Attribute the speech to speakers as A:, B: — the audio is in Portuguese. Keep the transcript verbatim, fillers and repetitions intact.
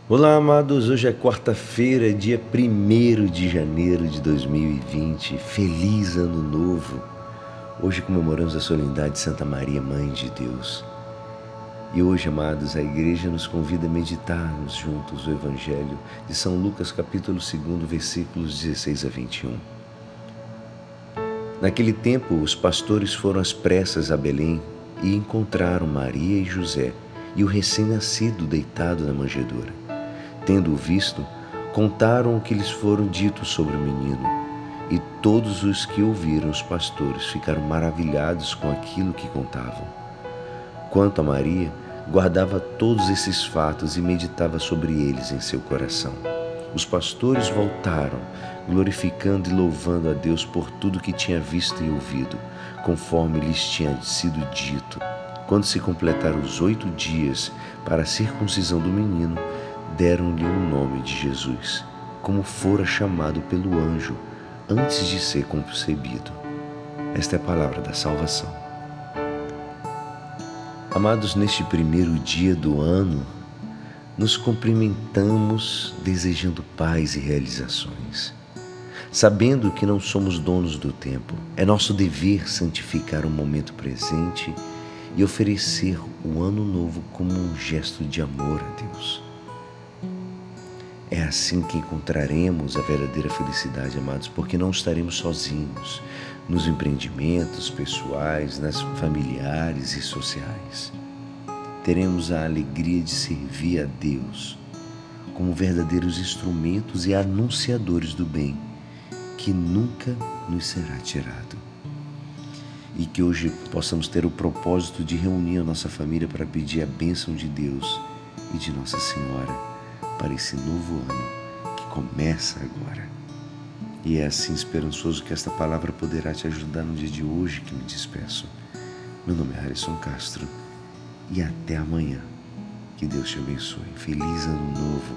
A: Olá, amados. Hoje é quarta-feira, dia primeiro de janeiro de dois mil e vinte. Feliz Ano Novo! Hoje comemoramos a solenidade de Santa Maria, Mãe de Deus. E hoje, amados, a igreja nos convida a meditarmos juntos o Evangelho de São Lucas, capítulo dois, versículos dezesseis a vinte e um. Naquele tempo, os pastores foram às pressas a Belém e encontraram Maria e José e o recém-nascido deitado na manjedoura. Tendo-o visto, contaram o que lhes foram dito sobre o menino, e todos os que ouviram os pastores ficaram maravilhados com aquilo que contavam. Quanto a Maria, guardava todos esses fatos e meditava sobre eles em seu coração. Os pastores voltaram, glorificando e louvando a Deus por tudo que tinha visto e ouvido, conforme lhes tinha sido dito. Quando se completaram os oito dias para a circuncisão do menino, deram-lhe o nome de Jesus, como fora chamado pelo anjo antes de ser concebido. Esta é a palavra da salvação. Amados, neste primeiro dia do ano, nos cumprimentamos desejando paz e realizações. Sabendo que não somos donos do tempo, é nosso dever santificar o momento presente e oferecer o ano novo como um gesto de amor a Deus. É assim que encontraremos a verdadeira felicidade, amados, porque não estaremos sozinhos nos empreendimentos pessoais, nas familiares e sociais. Teremos a alegria de servir a Deus como verdadeiros instrumentos e anunciadores do bem, que nunca nos será tirado. E que hoje possamos ter o propósito de reunir a nossa família para pedir a bênção de Deus e de Nossa Senhora para esse novo ano que começa agora. E é assim esperançoso que esta palavra poderá te ajudar no dia de hoje que me despeço. Meu nome é Harrison Castro e até amanhã. Que Deus te abençoe. Feliz Ano Novo!